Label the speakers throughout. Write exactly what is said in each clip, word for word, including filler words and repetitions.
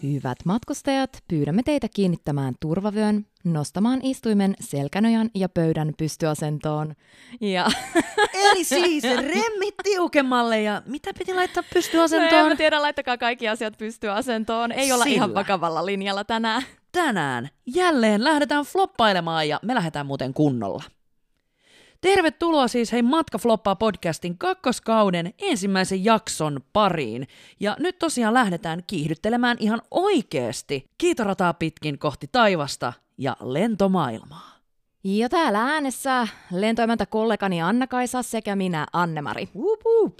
Speaker 1: Hyvät matkustajat, pyydämme teitä kiinnittämään turvavyön, nostamaan istuimen, selkänojan ja pöydän pystyasentoon. Ja...
Speaker 2: Eli siis remmit tiukemmalle ja mitä piti laittaa pystyasentoon?
Speaker 1: No en mä tiedä, laittakaa kaikki asiat pystyasentoon. Ei olla
Speaker 2: Sillä.
Speaker 1: ihan vakavalla linjalla tänään.
Speaker 2: Tänään jälleen lähdetään floppailemaan ja me lähdetään muuten kunnolla. Tervetuloa siis Hei Matka Floppaa podcastin kakkoskauden ensimmäisen jakson pariin. Ja nyt tosiaan lähdetään kiihdyttelemään ihan oikeesti kiitorataa pitkin kohti taivasta ja lentomaailmaa.
Speaker 1: Ja täällä äänessä lentoemäntä kollegani Anna-Kaisa sekä minä Anne-Mari.
Speaker 2: Wup, wup.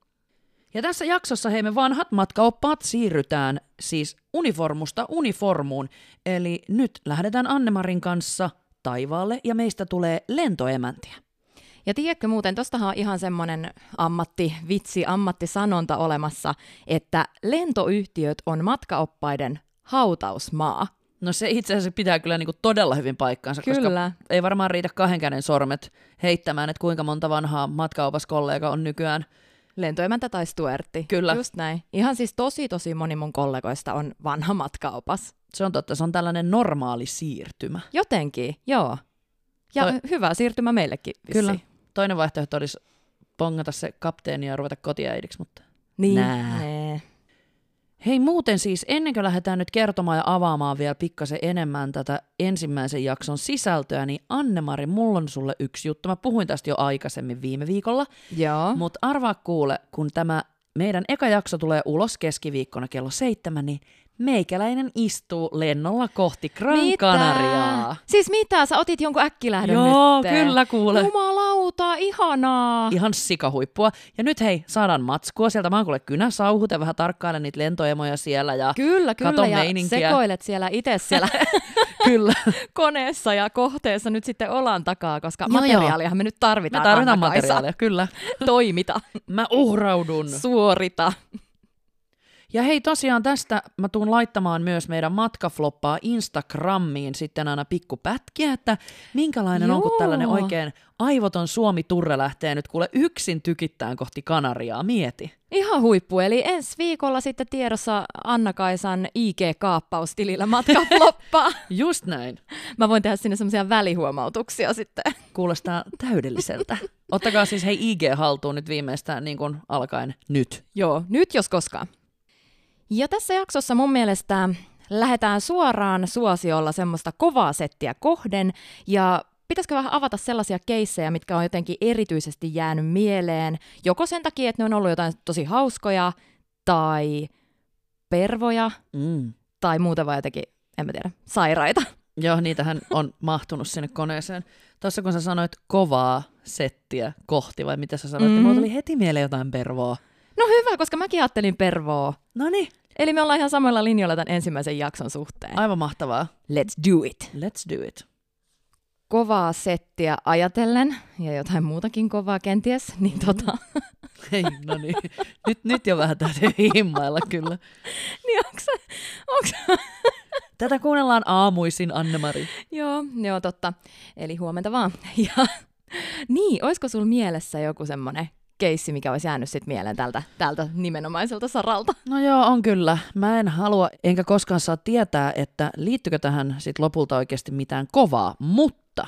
Speaker 2: Ja tässä jaksossa hei me vanhat matkaoppaat siirrytään siis uniformusta uniformuun. Eli nyt lähdetään Anne-Marin kanssa taivaalle ja meistä tulee lentoemäntiä.
Speaker 1: Ja tiedätkö muuten, tostahan on ihan semmoinen ammatti, vitsi, ammattisanonta olemassa, että lentoyhtiöt on matkaoppaiden hautausmaa.
Speaker 2: No se itse asiassa pitää kyllä niinku todella hyvin paikkaansa,
Speaker 1: Kyllä.
Speaker 2: koska ei varmaan riitä kahden käden sormet heittämään, että kuinka monta vanhaa matkaopaskollega on nykyään.
Speaker 1: Lentoemäntä tai stuertti.
Speaker 2: Kyllä.
Speaker 1: Just näin. Ihan siis tosi tosi moni mun kollegoista on vanha matkaopas.
Speaker 2: Se on totta, se on tällainen normaali siirtymä.
Speaker 1: Jotenkin, joo. Ja
Speaker 2: Toi...
Speaker 1: hyvä siirtymä meillekin vissiin.
Speaker 2: Kyllä. Toinen vaihtoehto olisi pongata se kapteeni ja ruveta kotiäidiksi, mutta
Speaker 1: niin.
Speaker 2: nää.
Speaker 1: Nee.
Speaker 2: Hei muuten siis, ennen kuin lähdetään nyt kertomaan ja avaamaan vielä pikkasen enemmän tätä ensimmäisen jakson sisältöä, niin Anne-Mari, mulla on sulle yksi juttu. Mä puhuin tästä jo aikaisemmin viime viikolla,
Speaker 1: Joo.
Speaker 2: mutta arvaa kuule, kun tämä meidän eka jakso tulee ulos keskiviikkona kello seitsemän, niin meikäläinen istuu lennolla kohti Gran
Speaker 1: Mitä?
Speaker 2: Canariaa.
Speaker 1: Siis mitä? Sä otit jonkun äkkilähdön
Speaker 2: Joo,
Speaker 1: nyt?
Speaker 2: kyllä kuule.
Speaker 1: Jumalauta, ihanaa.
Speaker 2: Ihan sikahuippua. Ja nyt hei, saadaan matskua sieltä. Mä oon kuule kynä sauhut ja vähän tarkkailen niitä lentoemoja siellä ja
Speaker 1: Kyllä,
Speaker 2: katon
Speaker 1: kyllä. Ja
Speaker 2: meininkiä.
Speaker 1: sekoilet siellä itse siellä
Speaker 2: Kyllä.
Speaker 1: koneessa ja kohteessa nyt sitten olan takaa, koska
Speaker 2: Joo,
Speaker 1: materiaaliahan me nyt
Speaker 2: Me
Speaker 1: tarvitaan.
Speaker 2: tarvitaan
Speaker 1: Anna-Kaisa.
Speaker 2: materiaalia, kyllä.
Speaker 1: Toimita.
Speaker 2: Mä uhraudun.
Speaker 1: Suorita.
Speaker 2: Ja hei, tosiaan tästä mä tuun laittamaan myös meidän matkafloppaa Instagramiin sitten aina pikkupätkiä, että minkälainen
Speaker 1: Joo.
Speaker 2: on, kun tällainen oikein aivoton Suomi-turre lähtee nyt kuule yksin tykittään kohti Kanariaa. Mieti.
Speaker 1: Ihan huippu. Eli ensi viikolla sitten tiedossa Anna-Kaisan I G-kaappaustilillä matkafloppaa.
Speaker 2: Just näin.
Speaker 1: Mä voin tehdä sinne semmoisia välihuomautuksia sitten.
Speaker 2: Kuulostaa täydelliseltä. Ottakaa siis hei I G haltuun nyt viimeistään niin kuin alkaen nyt.
Speaker 1: Joo, nyt jos koskaan. Ja tässä jaksossa mun mielestä lähdetään suoraan suosiolla semmoista kovaa settiä kohden, ja pitäisikö vähän avata sellaisia keissejä, mitkä on jotenkin erityisesti jäänyt mieleen, joko sen takia, että ne on ollut jotain tosi hauskoja, tai pervoja,
Speaker 2: Mm.
Speaker 1: tai muuten vaan jotenkin, en mä tiedä, sairaita.
Speaker 2: Joo, niitähän on mahtunut sinne koneeseen. Tuossa kun sä sanoit kovaa settiä kohti, vai mitä sä sanoit, mm. niin mulla tuli heti mieleen jotain pervoa.
Speaker 1: No hyvä, koska mäkin ajattelin pervoa.
Speaker 2: Noniin.
Speaker 1: Eli me ollaan ihan samalla linjalla tämän ensimmäisen jakson suhteen.
Speaker 2: Aivan mahtavaa.
Speaker 1: Let's do it.
Speaker 2: Let's do it.
Speaker 1: Kovaa settiä ajatellen, ja jotain muutakin kovaa kenties, niin tota...
Speaker 2: Hei, no niin. Nyt, nyt jo vähän täytyy himmailla kyllä.
Speaker 1: niin onks, onks...
Speaker 2: Tätä kuunnellaan aamuisin, Anne-Mari.
Speaker 1: joo, joo, totta. Eli huomenta vaan. Ja, niin, olisiko sulla mielessä joku semmoinen keissi, mikä olisi jäänyt sit mieleen tältä, tältä nimenomaiselta saralta?
Speaker 2: No joo, on kyllä. Mä en halua, enkä koskaan saa tietää, että liittyykö tähän sit lopulta oikeasti mitään kovaa, mutta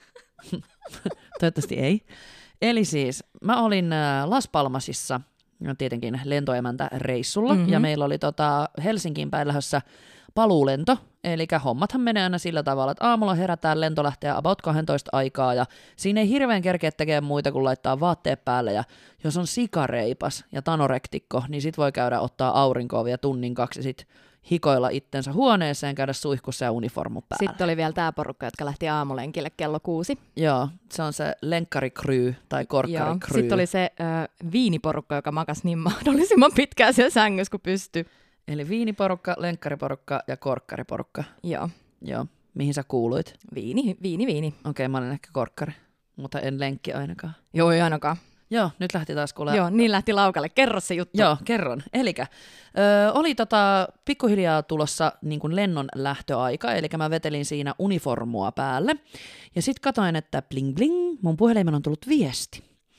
Speaker 2: toivottavasti ei. Eli siis mä olin Las Palmasissa, tietenkin lentoemäntä reissulla, mm-hmm. ja meillä oli tota Helsinkiin päin lähdössä paluulento, eli hommathan menee aina sillä tavalla, että aamulla herätään, lento lähtee about kaksitoista aikaa, ja siinä ei hirveän kerkeä tekemään muita kuin laittaa vaatteet päälle, ja jos on sikareipas ja tanorektikko, niin sit voi käydä ottaa aurinkoa vielä tunnin kaksi, ja sit hikoilla itsensä huoneeseen, käydä suihkussa ja uniformu päällä.
Speaker 1: Sitten oli vielä tämä porukka, jotka lähti aamulenkille kello kuusi.
Speaker 2: Joo, se on se lenkkarikryy tai korkkarikryy.
Speaker 1: Sitten oli se ö, viiniporukka, joka makasi niin mahdollisimman pitkään siellä sängyssä, kun pystyi.
Speaker 2: Eli viiniporukka, lenkkariporukka ja korkkariporukka.
Speaker 1: Joo.
Speaker 2: Joo. Mihin sä kuuluit?
Speaker 1: Viini, viini, viini.
Speaker 2: Okei, okay, mä olen ehkä korkkari, mutta en lenkki ainakaan.
Speaker 1: Joo, ei ainakaan.
Speaker 2: Joo, nyt lähti taas kuule.
Speaker 1: Joo, niin lähti laukalle. Kerro se juttu.
Speaker 2: Joo, kerron. Elikkä ö, oli tota, pikkuhiljaa tulossa niin kuin lennon lähtöaika, eli mä vetelin siinä uniformua päälle. Ja sit katoin, että bling bling, mun puhelimeen on tullut viesti.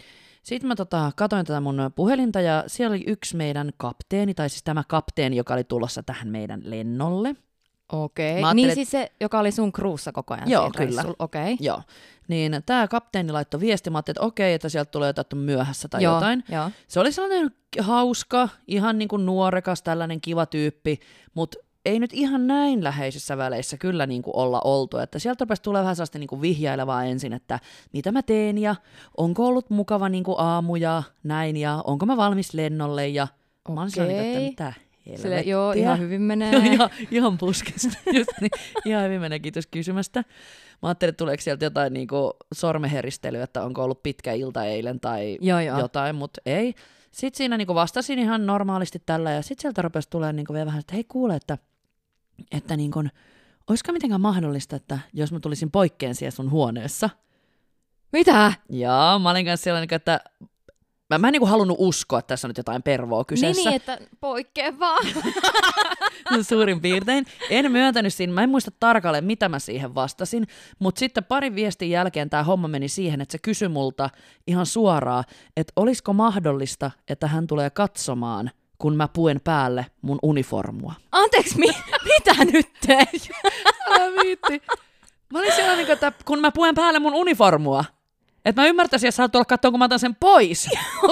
Speaker 2: Sitten mä tota, katoin tätä mun puhelinta ja siellä oli yksi meidän kapteeni, tai siis tämä kapteeni, joka oli tulossa tähän meidän lennolle.
Speaker 1: Okei, okay. Niin siis se, joka oli sun kruussa koko ajan.
Speaker 2: Joo, kyllä.
Speaker 1: Okei. Okay.
Speaker 2: Joo. Niin tämä kapteeni laittoi viesti, mä ajattelin, että okei, että sieltä tulee jotain myöhässä tai
Speaker 1: joo,
Speaker 2: jotain.
Speaker 1: Jo.
Speaker 2: Se oli sellainen hauska, ihan niin kuin nuorekas, tällainen kiva tyyppi, mutta ei nyt ihan näin läheisissä väleissä kyllä niin kuin olla oltu. Että sieltä rupesi tulee vähän sellaista niin kuin vihjailevaa ensin, että mitä mä teen ja onko ollut mukava niin kuin aamu ja näin ja onko mä valmis lennolle ja okay. Mä olin sellainen, että mitä
Speaker 1: Sille, joo, ihan hyvin menee.
Speaker 2: ihan, ihan puskista, just niin. Ihan hyvin menee, kiitos kysymästä. Mä ajattelin, että tuleeko sieltä jotain niin kuin sormeheristelyä, että onko ollut pitkä ilta eilen tai
Speaker 1: joo, joo.
Speaker 2: jotain, mutta ei. Sitten siinä niin kuin vastasin ihan normaalisti tällä ja sitten sieltä rupesi tulemaan niin kuin vielä vähän, että hei kuule, että, että niin kuin, olisiko mitenkään mahdollista, että jos mä tulisin poikkeen siellä sun huoneessa.
Speaker 1: Mitä?
Speaker 2: Joo, mä olin kanssa sellainen, että Mä, mä en niinku halunnut uskoa, että tässä on nyt jotain pervoa kyseessä.
Speaker 1: Niin, niin että poikkea vaan.
Speaker 2: Suurin piirtein. En myöntänyt siinä, mä en muista tarkalleen, mitä mä siihen vastasin, mutta sitten parin viestin jälkeen tämä homma meni siihen, että se kysyi multa ihan suoraan, että olisiko mahdollista, että hän tulee katsomaan, kun mä puen päälle mun uniformua.
Speaker 1: Anteeksi, mi- mitä nyt teet?
Speaker 2: Älä viitti. Mä olin siellä niin, että kun mä puen päälle mun uniformua, että mä ymmärtäisin, että sä haluat tulla katsoa, kun mä otan sen pois.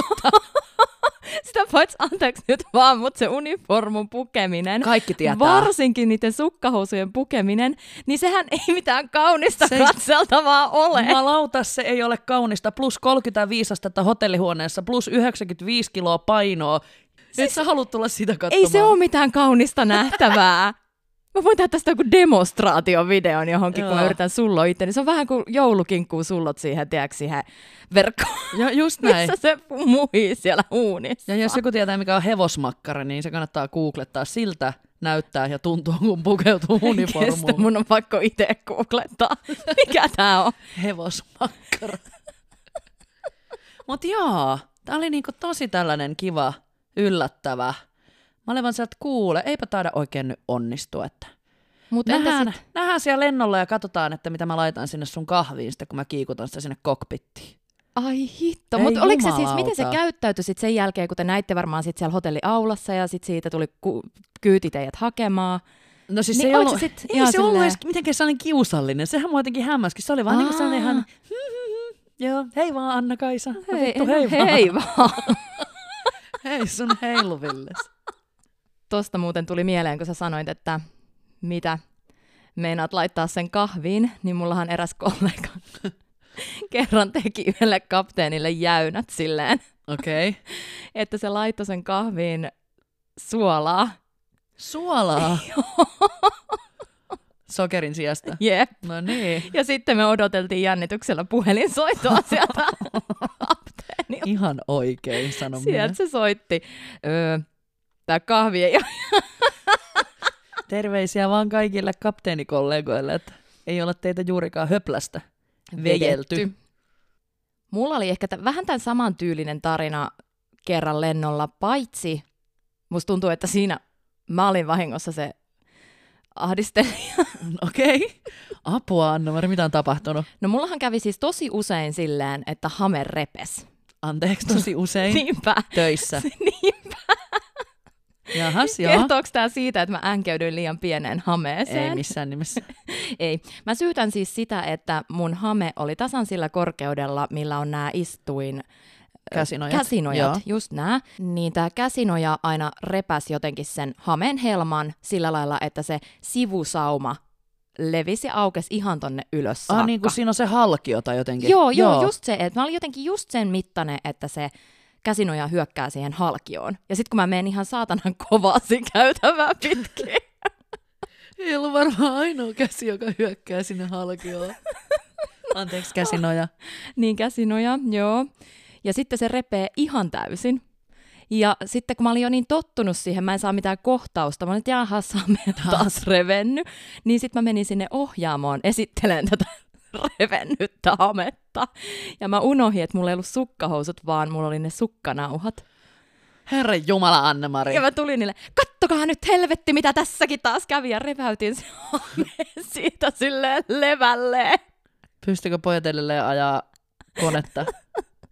Speaker 1: Sitä paitsi anteeksi nyt vaan, mutta se uniformun pukeminen,
Speaker 2: kaikki tietää.
Speaker 1: Varsinkin niiden sukkahousujen pukeminen, niin sehän ei mitään kaunista se katseltavaa ole.
Speaker 2: Jumalauta, se ei ole kaunista. Plus kolmekymmentäviisi astetta hotellihuoneessa, plus yhdeksänkymmentäviisi kiloa painoa. Siis, et sä haluat tulla sitä katsomaan.
Speaker 1: Ei se ole mitään kaunista nähtävää. Mä voin tehdä tästä joku demonstraatiovideon johonkin, Joo. kun mä yritän sulloa itse. Se on vähän kuin joulukinkkuun sullot siihen, tiedätkö, siihen verkkoon.
Speaker 2: Ja just näin.
Speaker 1: Missä se muhii siellä uunissa.
Speaker 2: Ja jos joku tietää, mikä on hevosmakkara, niin se kannattaa googlettaa. Siltä näyttää ja tuntuu, kun pukeutuu uniformuun.
Speaker 1: Kestä, mun on pakko itse googlettaa. Mikä tää on?
Speaker 2: Hevosmakkara. Mut joo, tää oli niinku tosi tällainen kiva, yllättävä. Mä olen vaan sieltä kuule, eipä taida oikein nyt onnistua, että
Speaker 1: Mut
Speaker 2: nähdään,
Speaker 1: sit...
Speaker 2: nähdään siellä lennolla ja katsotaan, että mitä mä laitan sinne sun kahviin sitten, kun mä kiikutan sitä sinne kokpittiin.
Speaker 1: Ai hitto, mutta oliko se siis, miten se käyttäytyi sit sen jälkeen, kun te näitte varmaan sit siellä hotelliaulassa ja sit siitä tuli ku- kyyti teidät hakemaan?
Speaker 2: No siis
Speaker 1: niin
Speaker 2: se ei ollut,
Speaker 1: se, sit
Speaker 2: ei se silleen... ollut edes mitenkään sellainen kiusallinen, sehän mua jotenkin hämmäski, se oli vaan niin kuin sellainen ihan, joo, hei vaan Anna-Kaisa,
Speaker 1: hei,
Speaker 2: vittu, hei,
Speaker 1: hei, hei vaan.
Speaker 2: Hei sun heiluvilles.
Speaker 1: Tosta muuten tuli mieleen, kun sä sanoit, että mitä meinaat laittaa sen kahviin, niin mullahan eräs kollega kerran teki yhdelle kapteenille jäynät silleen,
Speaker 2: okay.
Speaker 1: että se laittoi sen kahviin suolaa.
Speaker 2: Suolaa? Sokerin sijasta?
Speaker 1: Jep.
Speaker 2: No niin.
Speaker 1: Ja sitten me odoteltiin jännityksellä puhelinsoittoa sieltä kapteenilta.
Speaker 2: Ihan oikein, sanon minä.
Speaker 1: Sieltä se soitti. Öö, tää kahvi ei ole.
Speaker 2: Terveisiä vaan kaikille kapteenikollegoille, että ei ole teitä juurikaan höplästä vejelty. Vedetty.
Speaker 1: Mulla oli ehkä t- vähän tämän saman tyylinen tarina kerran lennolla, paitsi musta tuntuu, että siinä mä olin vahingossa se ahdistelija.
Speaker 2: Okei. Okay. Apua, Anna-Mari, mitä on tapahtunut?
Speaker 1: No mullahan kävi siis tosi usein silleen, että hame repes.
Speaker 2: Anteeksi, tosi usein?
Speaker 1: Niinpä.
Speaker 2: Töissä?
Speaker 1: Niinpä.
Speaker 2: Jahas, joo.
Speaker 1: Kertooko tää siitä, että mä änkeydyin liian pieneen hameeseen?
Speaker 2: Ei missään nimessä.
Speaker 1: Ei. Mä syytän siis sitä, että mun hame oli tasan sillä korkeudella, millä on nämä istuin
Speaker 2: käsinojat,
Speaker 1: käsinojat just nää. Niin tää käsinoja aina repäsi jotenkin sen hameen helman sillä lailla, että se sivusauma levisi ja aukesi ihan tonne ylös saakka.
Speaker 2: Ah, niin kuin siinä on se halkio tai jotenkin.
Speaker 1: Joo, joo, joo, just se. Että mä olin jotenkin just sen mittainen, että se käsinoja hyökkää siihen halkioon. Ja sitten kun mä menen ihan saatanan kovasi käytävää pitkin.
Speaker 2: Ei ollut varmaan ainoa käsi, joka hyökkää sinne halkioon. Anteeksi, käsinoja.
Speaker 1: Niin, käsinoja, joo. Ja sitten se repee ihan täysin. Ja sitten kun mä olin jo niin tottunut siihen, mä en saa mitään kohtausta, mä olin, että jahas, hame taas revennyt. Niin sitten mä menin sinne ohjaamoon esittelemään tätä revennyttä hametta. Ja mä unohdin, että mulla ei ollut sukkahousut, vaan mulla oli ne sukkanauhat.
Speaker 2: Herran Jumala, Anne-Mari.
Speaker 1: Ja mä tulin niille, kattokaa nyt helvetti, mitä tässäkin taas kävi. Ja reväytin se hameen siitä silleen levälleen.
Speaker 2: Pystykö pojat edelleen ajaa konetta?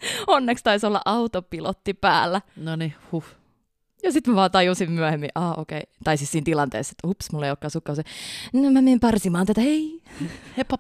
Speaker 1: Onneksi taisi olla autopilotti päällä.
Speaker 2: No niin, huh.
Speaker 1: Ja sitten mä vaan tajusin myöhemmin, ah okei, okay. Tai siis siinä tilanteessa, että ups, mulla ei olekaan sukkausi. No mä menen parsimaan tätä, hei.
Speaker 2: Heippa.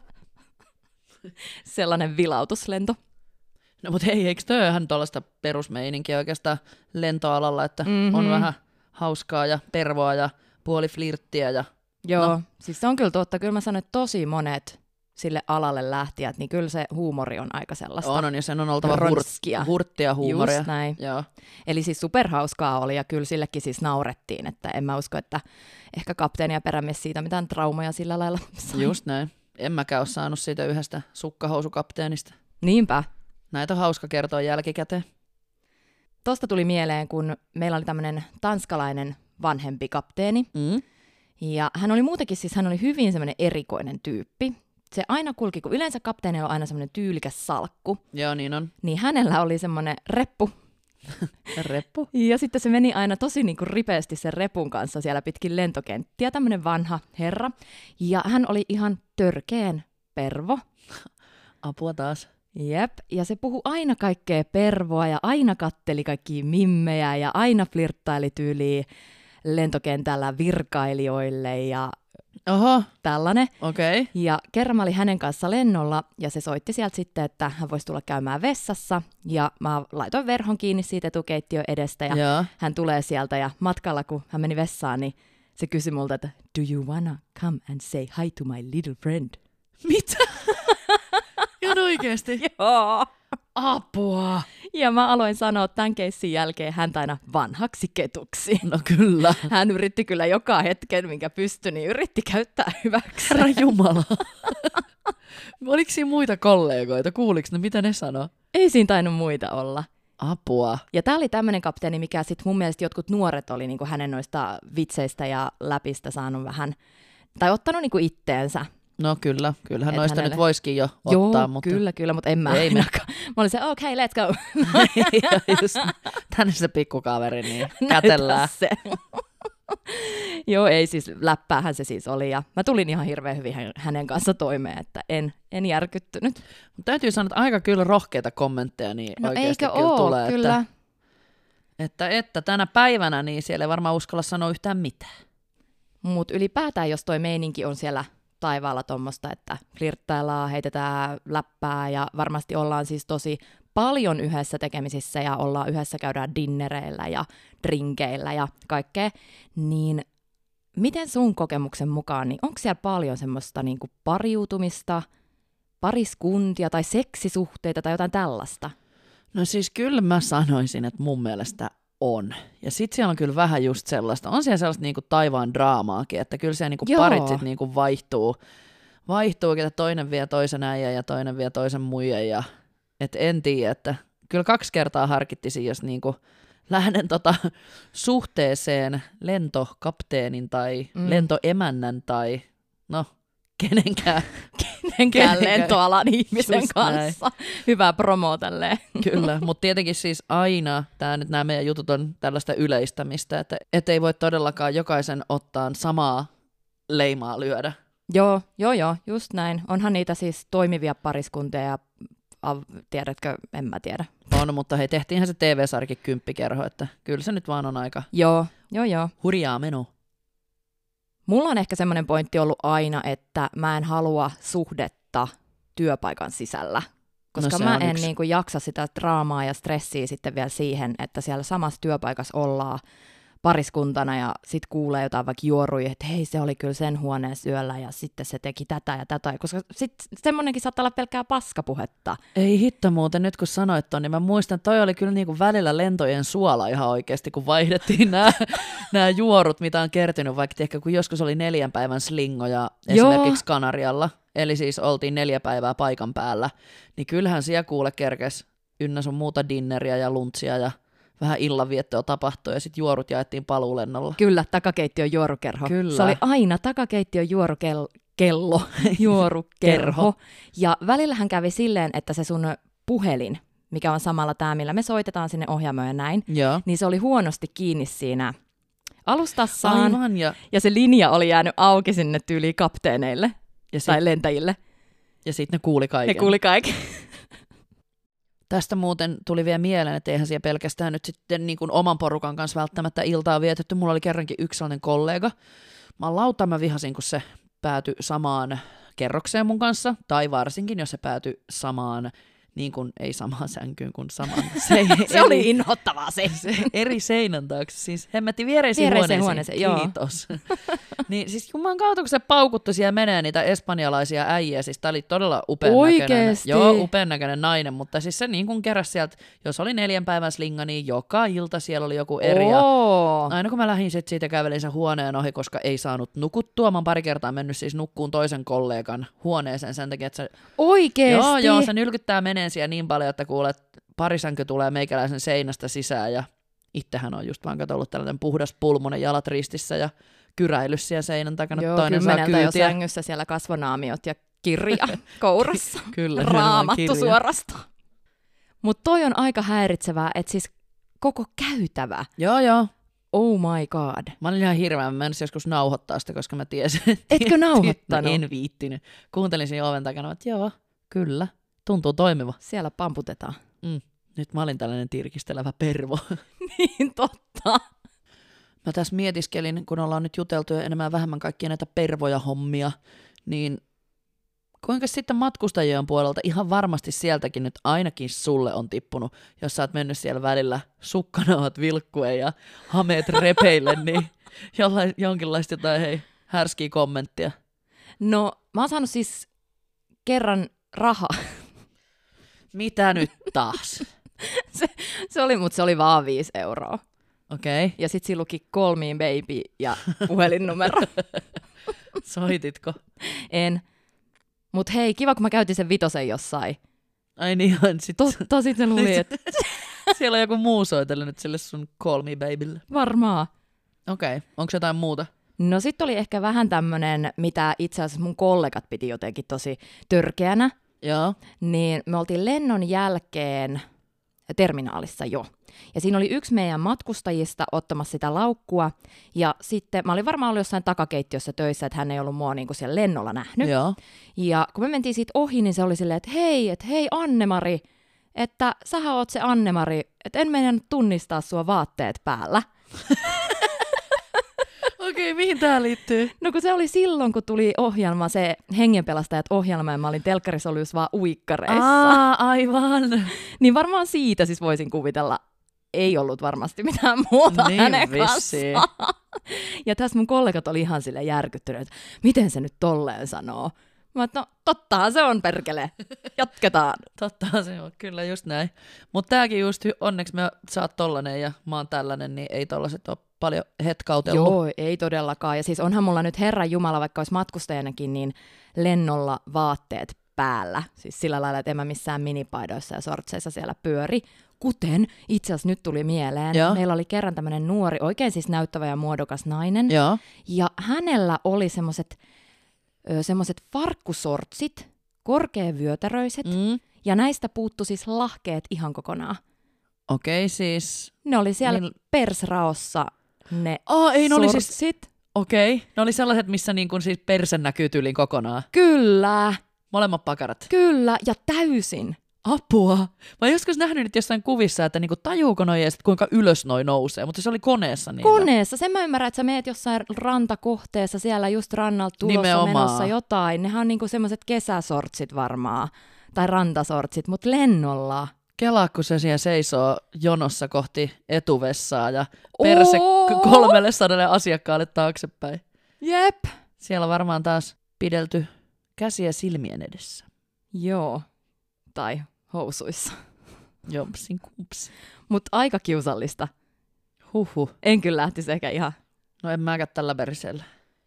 Speaker 1: Sellainen vilautuslento.
Speaker 2: No mut hei, eikö toi ihan tuollaista perusmeininkiä oikeastaan lentoalalla, että mm-hmm. on vähän hauskaa ja pervoa ja puoli flirttiä. Ja...
Speaker 1: Joo,
Speaker 2: no.
Speaker 1: Siis se on kyllä totta. Kyllä mä sanon, että tosi monet sille alalle lähtijät, niin kyllä se huumori on aika sellaista.
Speaker 2: On, on ja sen on oltava hurt, hurttia huumoria.
Speaker 1: Just näin.
Speaker 2: Joo.
Speaker 1: Eli siis superhauskaa oli ja kyllä sillekin siis naurettiin, että en mä usko, että ehkä kapteeni ja perämies siitä mitään traumaja sillä lailla sai.
Speaker 2: Just näin. En mäkään ole saanut siitä yhdestä sukkahousukapteenista.
Speaker 1: Niinpä.
Speaker 2: Näitä on hauska kertoa jälkikäteen.
Speaker 1: Tosta tuli mieleen, kun meillä oli tämmöinen tanskalainen vanhempi kapteeni.
Speaker 2: Mm.
Speaker 1: Ja hän oli muutenkin siis, hän oli hyvin semmoinen erikoinen tyyppi. Se aina kulki, kun yleensä kapteenilla on aina semmoinen tyylikäs salkku.
Speaker 2: Joo, niin on.
Speaker 1: Niin hänellä oli semmoinen reppu.
Speaker 2: Reppu?
Speaker 1: Ja sitten se meni aina tosi niin kuin ripeästi sen repun kanssa siellä pitkin lentokenttiä, tämmöinen vanha herra. Ja hän oli ihan törkeen pervo.
Speaker 2: Apua taas.
Speaker 1: Jep, ja se puhui aina kaikkea pervoa ja aina katteli kaikkia mimmejä ja aina flirttaili tyyliin lentokentällä virkailijoille ja
Speaker 2: Oho.
Speaker 1: tällainen.
Speaker 2: Okei. Okay.
Speaker 1: Ja kerran mä olin hänen kanssa lennolla ja se soitti sieltä sitten, että hän voisi tulla käymään vessassa. Ja mä laitoin verhon kiinni siitä etukeittiön edestä ja
Speaker 2: Joo.
Speaker 1: hän tulee sieltä ja matkalla kun hän meni vessaan, niin se kysyi multa, että do you wanna come and say hi to my little friend?
Speaker 2: Mitä? Ihan oikeesti?
Speaker 1: Joo.
Speaker 2: Apua.
Speaker 1: Ja mä aloin sanoa tämän keissin jälkeen häntä aina vanhaksi ketuksi.
Speaker 2: No kyllä.
Speaker 1: Hän yritti kyllä joka hetken, minkä pystyi, niin yritti käyttää hyväksi.
Speaker 2: Herra Jumala. Oliko siinä muita kollegoita? Kuuliko ne, mitä ne sanoo?
Speaker 1: Ei siinä tainnut muita olla.
Speaker 2: Apua.
Speaker 1: Ja tää oli tämmöinen kapteeni, mikä sitten mun mielestä jotkut nuoret oli niinku hänen noista vitseistä ja läpistä saanut vähän, tai ottanut niinku itteensä.
Speaker 2: No kyllä, kyllähän
Speaker 1: Et
Speaker 2: noista
Speaker 1: hänelle...
Speaker 2: nyt voisikin jo
Speaker 1: Joo,
Speaker 2: ottaa. Mutta...
Speaker 1: kyllä, kyllä, mutta en mä
Speaker 2: ei
Speaker 1: ainakaan. Mä olin se, okei, okay, let's go.
Speaker 2: just, tänne se pikkukaveri, niin kätellään.
Speaker 1: Se. Joo, ei siis, läppäähän se siis oli, ja mä tulin ihan hirveän hyvin hänen kanssa toimeen, että en, en järkyttynyt.
Speaker 2: Mut täytyy sanoa, että aika kyllä rohkeita kommentteja niin
Speaker 1: no
Speaker 2: oikeasti
Speaker 1: eikö
Speaker 2: kyllä
Speaker 1: oo,
Speaker 2: tulee.
Speaker 1: kyllä.
Speaker 2: Että, että, että tänä päivänä niin siellä ei varmaan uskalla sanoa yhtään mitään.
Speaker 1: Mutta ylipäätään, jos toi meininki on siellä taivaalla tuommoista, että flirttaillaan, heitetään läppää ja varmasti ollaan siis tosi paljon yhdessä tekemisissä ja ollaan yhdessä, käydään dinnereillä ja drinkeillä ja kaikkea, niin miten sun kokemuksen mukaan, niin onko siellä paljon semmoista niinku pariutumista, pariskuntia tai seksisuhteita tai jotain tällaista?
Speaker 2: No siis kyllä mä sanoisin, että mun mielestä on. Ja sit siellä on kyllä vähän just sellaista, on siellä sellaista niinku taivaan draamaakin, että kyllä siellä niinku parit sit niinku vaihtuu, vaihtuu, että toinen vie toisen äijän ja toinen vie toisen muijan. Ja, et en tiedä, että kyllä kaksi kertaa harkittisin, jos niinku lähden tota suhteeseen lentokapteenin tai mm. lentoemännän tai no kenenkään,
Speaker 1: kenenkään lentoalan ihmisen
Speaker 2: just
Speaker 1: kanssa. Näin. Hyvä promo tälleen.
Speaker 2: Kyllä, mutta tietenkin siis aina tää nyt nämä meidän jutut on tällaista yleistämistä, että et ei voi todellakaan jokaisen ottaa samaa leimaa lyödä.
Speaker 1: Joo, joo, joo, just näin. Onhan niitä siis toimivia pariskuntia ja av, tiedätkö, en mä tiedä.
Speaker 2: On, mutta hei, tehtiinhän se T V-sarjakin Kymppikerho, että kyllä se nyt vaan on aika
Speaker 1: joo, joo, joo.
Speaker 2: hurjaa menu.
Speaker 1: Mulla on ehkä semmoinen pointti ollut aina, että mä en halua suhdetta työpaikan sisällä, koska no mä en niin kuin jaksa sitä draamaa ja stressiä sitten vielä siihen, että siellä samassa työpaikassa ollaan pariskuntana ja sit kuulee jotain vaikka juoruja, että hei, se oli kyllä sen huoneessa yöllä ja sitten se teki tätä ja tätä, koska sitten semmoinenkin saattaa olla pelkkää paskapuhetta.
Speaker 2: Ei hitto muuten, nyt kun sanoit ton, niin mä muistan, että toi oli kyllä niinku välillä lentojen suola ihan oikeasti, kun vaihdettiin nämä juorut, mitä on kertynyt, vaikka ehkä kun joskus oli neljän päivän slingoja esimerkiksi Kanarialla, eli siis oltiin neljä päivää paikan päällä, niin kyllähän siellä kuule kerkes ynnä sun muuta dinneriä ja luntsia ja vähän illanviettoa tapahtui ja sitten juorut jaettiin paluulennolla.
Speaker 1: Kyllä, takakeittiön juorukerho.
Speaker 2: Kyllä.
Speaker 1: Se oli aina takakeittiön juorukello, juorukerho. Ja välillähän kävi silleen, että se sun puhelin, mikä on samalla tämä, millä me soitetaan sinne ohjaamoon ja näin,
Speaker 2: Joo.
Speaker 1: niin se oli huonosti kiinni siinä alustassaan.
Speaker 2: Aivan, ja...
Speaker 1: ja se linja oli jäänyt auki sinne tyyliin kapteeneille
Speaker 2: ja sit...
Speaker 1: tai lentäjille.
Speaker 2: Ja sitten ne kuuli kaiken.
Speaker 1: Ne kuuli kaiken.
Speaker 2: Tästä muuten tuli vielä mieleen, että eihän siellä pelkästään nyt sitten niin kuin oman porukan kanssa välttämättä iltaa vietetty. Mulla oli kerrankin yksi sellainen kollega. Mä oon lauta, mä vihasin, kun se päätyi samaan kerrokseen mun kanssa, tai varsinkin, jos se päätyi samaan, niin kuin, ei samaan sänkyyn, kuin samaan.
Speaker 1: Se, se eri, oli inhottavaa se.
Speaker 2: se. Eri seinän taakse, siis hemmetti viereisiin,
Speaker 1: viereisiin
Speaker 2: huoneisiin.
Speaker 1: huoneeseen.
Speaker 2: Kiitos. Niin siis juman kautta, kun se paukuttu siellä menee niitä espanjalaisia äijä, siis tää oli todella upean näköinen. Joo, upean näköinen nainen, mutta siis se niin kuin keräsi sieltä, jos oli neljän päivän slinga, niin joka ilta siellä oli joku eri. Ja aina kun mä lähdin sit siitä kävelin sen huoneen ohi, koska ei saanut nukuttua, mä oon pari kertaa mennyt siis nukkuun toisen kollegan huoneeseen sen takia, että se...
Speaker 1: Oikeesti?
Speaker 2: Joo, joo, se nylkyttää meneen siellä niin paljon, että kuulet, parisänky tulee meikäläisen seinästä sisään ja itsehän on just vaan katsollut tällainen puhdas pulmonen jalat ristissä ja kyräillyt siellä seinän takana.
Speaker 1: Joo,
Speaker 2: toinen saa kyytiä.
Speaker 1: jo sängyssä siellä kasvonaamiot ja kirja kourassa.
Speaker 2: Kyllä,
Speaker 1: Raamattu
Speaker 2: kirja.
Speaker 1: suorastaan. Mutta toi on aika häiritsevää, että siis koko käytävä.
Speaker 2: Joo, joo.
Speaker 1: Oh my god.
Speaker 2: Mä olin ihan hirveä, mä menisin joskus nauhoittaa sitä, koska mä tiesin.
Speaker 1: Etkö nauhoittanut?
Speaker 2: En viittinyt. Kuuntelin siinä oven takana, että joo, kyllä, tuntuu toimiva.
Speaker 1: Siellä pamputetaan.
Speaker 2: Mm. Nyt mä olin tällainen tirkistelevä pervo.
Speaker 1: Niin totta.
Speaker 2: Mä tässä mietiskelin, kun ollaan nyt juteltu enemmän vähemmän kaikkia näitä pervoja hommia, niin kuinka sitten matkustajien puolelta ihan varmasti sieltäkin nyt ainakin sulle on tippunut, jos sä oot mennyt siellä välillä sukkanauhat vilkkuen ja hameet repeille, niin jollain, jonkinlaista jotain hei, härskiä kommenttia.
Speaker 1: No mä oon saanut siis kerran rahaa.
Speaker 2: Mitä nyt taas?
Speaker 1: se, se oli, mutta se oli vaan viisi euroa.
Speaker 2: Okei. Okay.
Speaker 1: Ja sit siinä luki call me baby ja puhelinnumero.
Speaker 2: Soititko?
Speaker 1: En. Mut hei, kiva kun mä käytin sen vitosen jossain.
Speaker 2: Ai niin, sit...
Speaker 1: Totta sit se luuli, että...
Speaker 2: Siellä on joku muu soitellut nyt sille sun call me babylle.
Speaker 1: Varmaan.
Speaker 2: Okei, okay. Onko jotain muuta?
Speaker 1: No sit oli ehkä vähän tämmönen, mitä itse asiassa mun kollegat piti jotenkin tosi törkeänä.
Speaker 2: Joo.
Speaker 1: Niin me oltiin lennon jälkeen terminaalissa jo. Ja siinä oli yksi meidän matkustajista ottamassa sitä laukkua, ja sitten mä olin varmaan ollut jossain takakeittiössä töissä, että hän ei ollut mua niinku siellä lennolla nähnyt.
Speaker 2: Joo.
Speaker 1: Ja kun me mentiin siitä ohi, niin se oli silleen, että hei, että hei Anne-Mari, että sähän oot se Anne-Mari, että en meidän tunnistaa sua vaatteet päällä.
Speaker 2: Okei, mihin tää liittyy?
Speaker 1: No kun se oli silloin, kun tuli ohjelma, se Hengenpelastajat ohjelma, ja mä olin telkkarissa ollut just vaan uikkareissa.
Speaker 2: Aa, aivan.
Speaker 1: Niin varmaan siitä siis voisin kuvitella, ei ollut varmasti mitään muuta
Speaker 2: niin
Speaker 1: hänen
Speaker 2: vissiin.
Speaker 1: kanssaan. Ja tässä mun kollegat oli ihan silleen järkyttyneet, että miten se nyt tolleen sanoo. Mä oon, no tottahan se on perkele, jatketaan.
Speaker 2: Tottahan se on, kyllä just näin. Mutta tääkin just, onneksi me sä oot tollanen ja mä oon tällainen, niin ei tollaset ole paljon hetkautellut.
Speaker 1: Joo, ei todellakaan. Ja siis onhan mulla nyt Herran Jumala, vaikka olisi matkustajanakin, niin lennolla vaatteet päällä. Siis sillä lailla, että en mä missään minipaidoissa ja sortseissa siellä pyöri. Kuten itse asiassa nyt tuli mieleen, Joo. meillä oli kerran tämmöinen nuori, oikein siis näyttävä ja muodokas nainen.
Speaker 2: Joo.
Speaker 1: Ja hänellä oli semmoiset semmoiset farkkusortsit, korkeavyötäröiset, mm. ja näistä puuttu siis lahkeet ihan kokonaan.
Speaker 2: Okei, siis...
Speaker 1: Ne oli siellä niin... persraossa ne
Speaker 2: oh, ei, ne
Speaker 1: sortsit.
Speaker 2: Oli siis... Okei, ne oli sellaiset, missä niin kun siis perse näkyy tyyliin kokonaan.
Speaker 1: Kyllä.
Speaker 2: Molemmat pakarat.
Speaker 1: Kyllä, ja täysin.
Speaker 2: Apua. Mä oon joskus nähnyt nyt jossain kuvissa, että niinku tajuuko noi edes, kuinka ylös noi nousee, mutta se oli koneessa niillä.
Speaker 1: Koneessa. Sen mä ymmärrän, että sä meet jossain rantakohteessa, siellä just rannalta tulossa Nimenomaan. Menossa jotain. Nehän on niinku semmoiset kesäsortsit varmaan, tai rantasortsit, mutta lennolla.
Speaker 2: Kelaa, kun se siellä seisoo jonossa kohti etuvessaa ja perse oh! kolmelle sadalle asiakkaalle taaksepäin.
Speaker 1: Jep.
Speaker 2: Siellä on varmaan taas pidelty käsiä silmien edessä.
Speaker 1: Joo. Tai housuissa.
Speaker 2: Jompsin kumps.
Speaker 1: Mutta aika kiusallista.
Speaker 2: Huhhuh.
Speaker 1: En kyllä lähtisi ehkä ihan.
Speaker 2: No en mäkään tällä perisellä.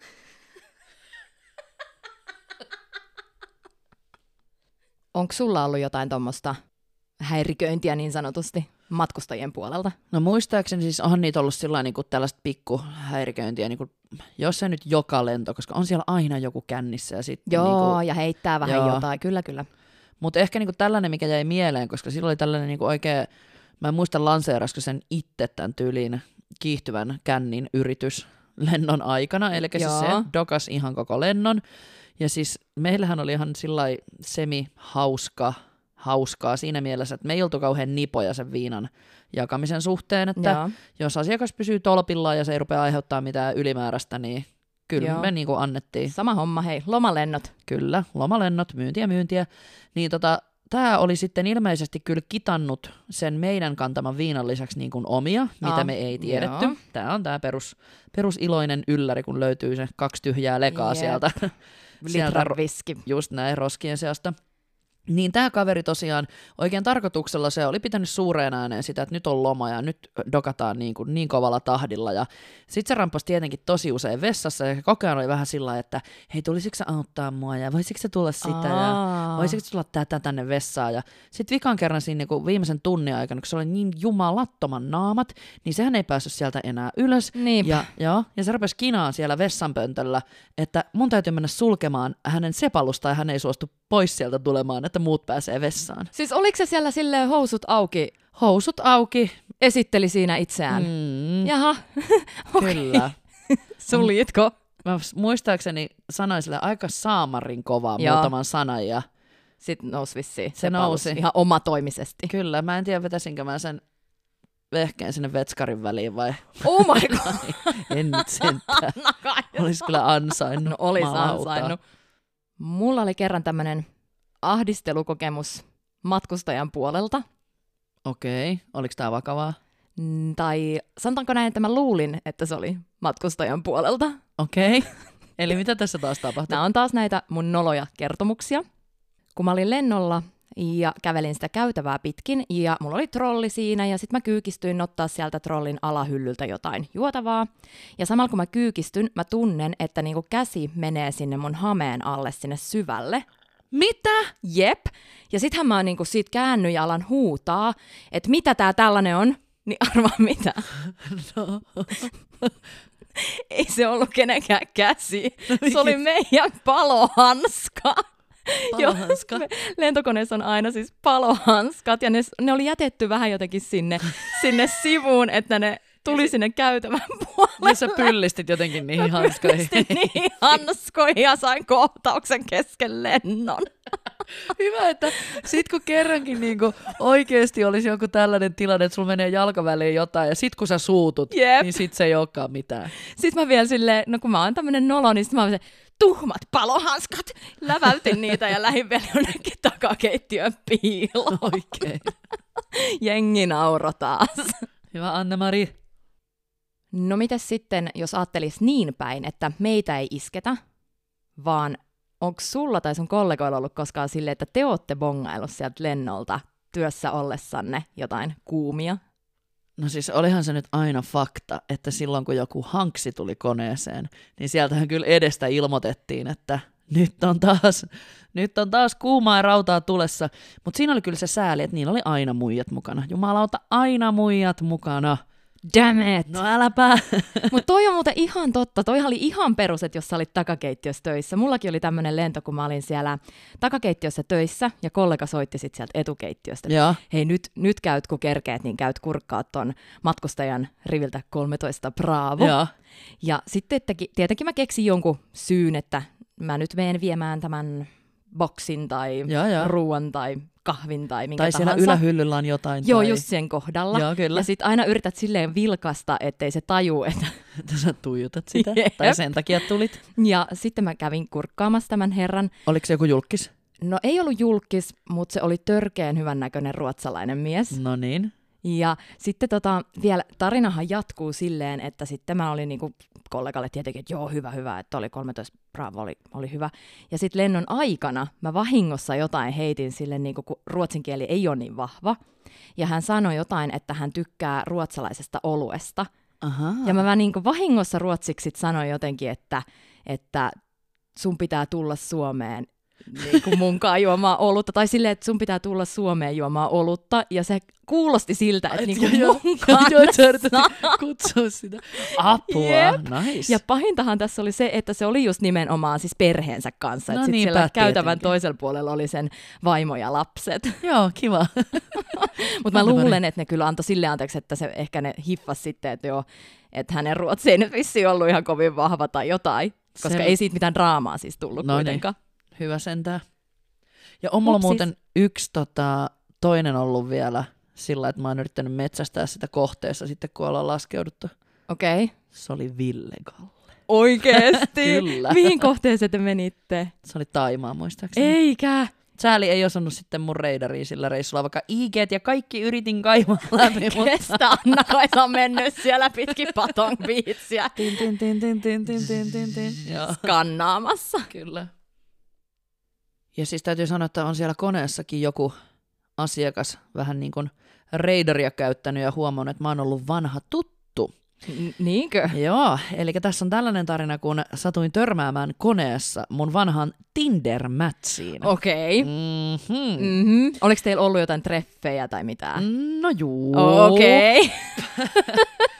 Speaker 1: Onko sulla ollut jotain tuommoista häiriköintiä niin sanotusti matkustajien puolelta?
Speaker 2: No muistaakseni siis onhan niitä ollut sillä niin kuin tällaista pikkuhäiriköintiä, niin kuin, jos ei nyt joka lento, koska on siellä aina joku kännissä. Ja sitten
Speaker 1: Joo,
Speaker 2: niin kuin,
Speaker 1: ja heittää vähän joo. jotain, kyllä kyllä.
Speaker 2: Mutta ehkä niinku tällainen, mikä jäi mieleen, koska sillä oli tällainen niinku oikein, mä en muista lanseerasko sen itse tämän tyyliin kiihtyvän kännin yritys lennon aikana, eli siis se dokas ihan koko lennon. Ja siis meillähän oli ihan sillai semi-hauska hauskaa siinä mielessä, että me ei oltu kauhean nipoja sen viinan jakamisen suhteen, että
Speaker 1: Joo.
Speaker 2: jos asiakas pysyy tolpillaan ja se ei rupea aiheuttaa mitään ylimääräistä, niin kyllä Joo. me niin kuin annettiin.
Speaker 1: Sama homma, hei, lomalennot.
Speaker 2: Kyllä, lomalennot, myyntiä, myyntiä. Niin tota, tämä oli sitten ilmeisesti kyllä kitannut sen meidän kantaman viinan lisäksi niin kuin omia, mitä
Speaker 1: Ah,
Speaker 2: me ei tiedetty.
Speaker 1: joo.
Speaker 2: Tämä on tämä perus, perusiloinen ylläri, kun löytyy se kaksi tyhjää lekaa
Speaker 1: Jep.
Speaker 2: sieltä. sieltä
Speaker 1: Litran viski.
Speaker 2: just näin roskien seasta. Niin tämä kaveri tosiaan oikein tarkoituksella se oli pitänyt suureen ääneen sitä, että nyt on loma ja nyt dokataan niin, kuin niin kovalla tahdilla. Ja sitten se ramppasi tietenkin tosi usein vessassa ja koko ajan oli vähän sillä lailla, että hei, tulisitko sä auttaa mua ja voisitko sä tulla sitä
Speaker 1: Aa.
Speaker 2: ja voisitko tulla tätä tänne vessaan. Ja sitten vikan kerran siinä niin kuin viimeisen tunnin aikana, kun se oli niin jumalattoman naamat, niin sehän ei päässyt sieltä enää ylös.
Speaker 1: Niinpä.
Speaker 2: Ja, joo, ja se rupesi kinaan siellä vessanpöntöllä, että mun täytyy mennä sulkemaan hänen sepalusta ja hän ei suostu pois sieltä tulemaan, että muut pääsee vessaan.
Speaker 1: Siis oliko se siellä silleen housut auki,
Speaker 2: Housut auki.
Speaker 1: esitteli siinä itseään?
Speaker 2: Mm,
Speaker 1: Jaha, okei.
Speaker 2: kyllä.
Speaker 1: Suljitko?
Speaker 2: Mä muistaakseni sanoin sille aika saamarin kovaa
Speaker 1: Joo.
Speaker 2: muutaman sanan ja
Speaker 1: Sitten nousi vissiin.
Speaker 2: Se nousi.
Speaker 1: Ihan omatoimisesti.
Speaker 2: kyllä, mä en tiedä vetäisinkö mä sen vehkeen sinne vetskarin väliin vai
Speaker 1: Oh my god.
Speaker 2: en nyt sentään. Olisi kyllä ansainnut.
Speaker 1: No olis
Speaker 2: Jumalauta.
Speaker 1: ansainnut. Mulla oli kerran tämmönen ahdistelukokemus matkustajan puolelta.
Speaker 2: Okei, oliko tää vakavaa?
Speaker 1: Mm, Tai sanotaanko näin, että mä luulin, että se oli matkustajan puolelta.
Speaker 2: Okei. Eli mitä tässä taas tapahtui?
Speaker 1: Nämä on taas näitä mun noloja kertomuksia. Kun mä olin lennolla ja kävelin sitä käytävää pitkin ja mulla oli trolli siinä ja sitten mä kyykistyin ottaa sieltä trollin alahyllyltä jotain juotavaa. Ja samalla kun mä kyykistyn, mä tunnen, että niinku käsi menee sinne mun hameen alle sinne syvälle.
Speaker 2: Mitä?
Speaker 1: Jep. Ja sittenhän mä niinku siitä käännyin ja alan huutaa, että mitä tää tällainen on. Niin arvaa mitä.
Speaker 2: No.
Speaker 1: Ei se ollut kenenkään käsi. Se oli meidän palohanska.
Speaker 2: Palohanska.
Speaker 1: Jo, lentokoneessa on aina siis palohanskat ja ne, ne oli jätetty vähän jotenkin sinne, sinne sivuun, että ne tuli sinne käytävän puolelle.
Speaker 2: Niin sä pyllistit jotenkin niihin hanskoihin.
Speaker 1: Pyllistin niihin hanskoihin ja sain kohtauksen kesken lennon.
Speaker 2: Hyvä, että sit kun kerrankin niinku oikeesti olisi joku tällainen tilanne, että sulla menee jalkaväliin jotain ja sit kun sä suutut,
Speaker 1: Jep.
Speaker 2: niin sit se ei olekaan mitään.
Speaker 1: Sitten mä vielä silleen, no kun mä oon tämmönen nolo, niin sit mä oon se, tuhmat palohanskat. Läväytin niitä ja lähdin vielä jonnekin takakeittiön piiloon.
Speaker 2: Oikein.
Speaker 1: Jengi nauro taas.
Speaker 2: Hyvä Anne-Mari.
Speaker 1: No mitäs sitten, jos ajattelis niin päin, että meitä ei isketä, vaan onko sulla tai sun kollegoilla ollut koskaan silleen, että te ootte bongaillut sieltä lennolta työssä ollessanne jotain kuumia?
Speaker 2: No siis olihan se nyt aina fakta, että silloin kun joku hanksi tuli koneeseen, niin sieltähän kyllä edestä ilmoitettiin, että nyt on taas, nyt on taas kuumaa ja rautaa tulessa. Mutta siinä oli kyllä se sääli, että niillä oli aina muijat mukana. Jumalauta, aina muijat mukana.
Speaker 1: Damn it!
Speaker 2: No äläpä.
Speaker 1: Mutta toi on muuten ihan totta. Toihan oli ihan perus, että jos sä olit takakeittiössä töissä. Mullakin oli tämmöinen lento, kun mä olin siellä takakeittiössä töissä ja kollega soitti sit sieltä etukeittiöstä.
Speaker 2: Joo.
Speaker 1: Hei, nyt, nyt käyt, kun kerkeet, niin käyt kurkkaa ton matkustajan riviltä kolmetoista Bravo.
Speaker 2: Joo.
Speaker 1: Ja sitten teki, tietenkin mä keksin jonkun syyn, että mä nyt menen viemään tämän boksin tai
Speaker 2: Joo, joo.
Speaker 1: ruuan tai kahvin tai minkä
Speaker 2: Tai
Speaker 1: tahansa.
Speaker 2: siellä ylähyllyllä on jotain.
Speaker 1: Joo,
Speaker 2: tai...
Speaker 1: just sen kohdalla.
Speaker 2: Joo, kyllä.
Speaker 1: Ja sitten aina yrität silleen vilkasta, ettei se taju, että...
Speaker 2: Että sä tuijotat sitä.
Speaker 1: Jep.
Speaker 2: Tai sen takia tulit.
Speaker 1: Ja sitten mä kävin kurkkaamassa tämän herran.
Speaker 2: Oliko se joku julkis?
Speaker 1: No ei ollut julkis, mutta se oli törkeän hyvännäköinen ruotsalainen mies.
Speaker 2: No niin.
Speaker 1: Ja sitten tota, vielä tarinahan jatkuu silleen, että sitten mä olin niinku kollegalle tietenkin, että joo, hyvä, hyvä, että oli kolmetoista Bravo, oli, oli hyvä. Ja sitten lennon aikana mä vahingossa jotain heitin sille, niinku, kun ruotsin kieli ei ole niin vahva. Ja hän sanoi jotain, että hän tykkää ruotsalaisesta oluesta.
Speaker 2: Aha.
Speaker 1: Ja mä, mä niinku vahingossa ruotsiksi sit sanoin jotenkin, että, että sun pitää tulla Suomeen niin kuin munkaan juomaan olutta, tai silleen, että sun pitää tulla Suomeen juomaan olutta, ja se kuulosti siltä, että niin kuin mun kanssa.
Speaker 2: kutsua sitä. Apua,
Speaker 1: Jep.
Speaker 2: nice.
Speaker 1: Ja pahintahan tässä oli se, että se oli just nimenomaan siis perheensä kanssa,
Speaker 2: No
Speaker 1: että sit
Speaker 2: niinpä,
Speaker 1: siellä käytävän
Speaker 2: tietenkin.
Speaker 1: toisella puolella oli sen vaimo ja lapset.
Speaker 2: Joo, kiva.
Speaker 1: Mutta mä luulen, että ne kyllä antoi sille anteeksi, että se ehkä ne hiffasi sitten, että joo, että hänen ruotsi ei nyt vissiin ollut ihan kovin vahva tai jotain, koska
Speaker 2: Se-
Speaker 1: ei siitä mitään draamaa siis tullut
Speaker 2: No niin.
Speaker 1: kuitenkaan.
Speaker 2: Hyvä sentään. Ja on mulla
Speaker 1: Upsis.
Speaker 2: muuten yksi tota, toinen ollut vielä sillä, että mä oon yrittänyt metsästää sitä kohteessa sitten, kun ollaan laskeuduttu.
Speaker 1: Okei. Okay.
Speaker 2: Se oli Ville Galle.
Speaker 1: Oikeesti?
Speaker 2: Kyllä.
Speaker 1: Mihin kohteeseen te menitte?
Speaker 2: Se oli Taimaa muistaakseni.
Speaker 1: Eikä.
Speaker 2: Sääli ei osannut sitten mun reidariin sillä reissulla, vaikka I G:t ja kaikki yritin kaivaa läpi.
Speaker 1: Kestä Anna-Kaisa on mennyt siellä pitkin Patong Beachia
Speaker 2: Tin, tin, tin, tin, tin, tin, tin, tin, tin. Joo.
Speaker 1: skannaamassa.
Speaker 2: Kyllä. Ja siis täytyy sanoa, että on siellä koneessakin joku asiakas vähän niin kuin reidaria käyttänyt ja huomannut, että mä oon ollut vanha tuttu.
Speaker 1: N- niinkö?
Speaker 2: Joo, eli tässä on tällainen tarina, kun satuin törmäämään koneessa mun vanhan Tinder-mätsiin.
Speaker 1: Okei. Okay.
Speaker 2: Mm-hmm.
Speaker 1: Mm-hmm. Oliko teillä ollut jotain treffejä tai mitään?
Speaker 2: No juu.
Speaker 1: Okei. Okay.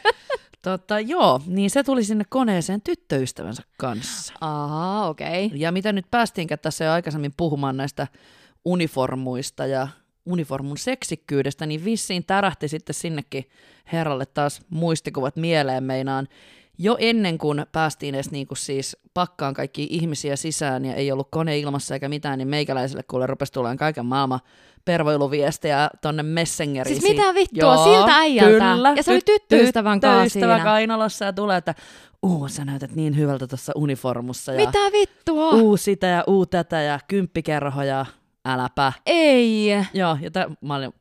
Speaker 2: Tota, joo, niin se tuli sinne koneeseen tyttöystävänsä kanssa.
Speaker 1: Aha, okei. Okay.
Speaker 2: Ja mitä nyt päästiinkään tässä jo aikaisemmin puhumaan näistä uniformuista ja uniformun seksikkyydestä, niin vissiin tärähti sitten sinnekin herralle taas muistikuvat mieleen meinaan. Jo ennen kuin päästiin edes niinku siis pakkaan kaikki ihmisiä sisään ja ei ollut kone ilmassa eikä mitään, niin meikäläiselle kuule rupesi tulemaan kaiken maailman pervoiluviestejä tonne Messengeriin.
Speaker 1: Siis mitä vittua,
Speaker 2: Joo,
Speaker 1: siltä äijältä?
Speaker 2: Kyllä,
Speaker 1: ja se oli tyttöystävän kanssa
Speaker 2: tyttöystävä
Speaker 1: siinä.
Speaker 2: kainalossa ja tulee, että uu, sä näytät niin hyvältä tuossa uniformussa. Ja
Speaker 1: mitä vittua?
Speaker 2: uu sitä ja uu tätä ja kymppikerho ja äläpä.
Speaker 1: Ei.
Speaker 2: Joo, ja tä, mä olin...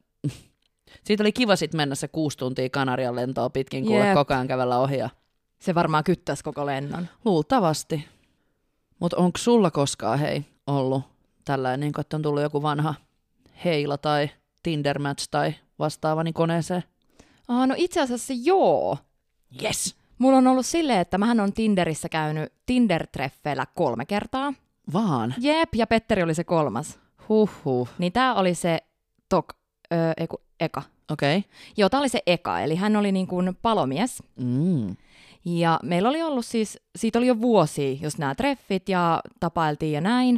Speaker 2: Siitä oli kiva sit mennä se kuusi tuntia Kanarian lentoa pitkin, kuule
Speaker 1: Jep.
Speaker 2: koko ajan kävellä ohi. Ja...
Speaker 1: Se varmaan kyttäisi koko lennon.
Speaker 2: Luultavasti. Mutta onko sulla koskaan, hei, ollut tällainen, niin että on tullut joku vanha heila tai Tinder-match tai vastaavani koneeseen?
Speaker 1: Ah, no itse asiassa joo.
Speaker 2: Yes.
Speaker 1: Mulla on ollut silleen, että mähän on Tinderissä käynyt Tinder-treffeillä kolme kertaa.
Speaker 2: Vaan?
Speaker 1: Jep, ja Petteri oli se kolmas.
Speaker 2: Huhhuh.
Speaker 1: Niin tää oli se tok, öö, eiku, eka.
Speaker 2: Okei. Okay.
Speaker 1: Joo, tää oli se eka, eli hän oli niin kuin palomies.
Speaker 2: Mm.
Speaker 1: Ja meillä oli ollut siis, siitä oli jo vuosia, jos nämä treffit ja tapailtiin ja näin.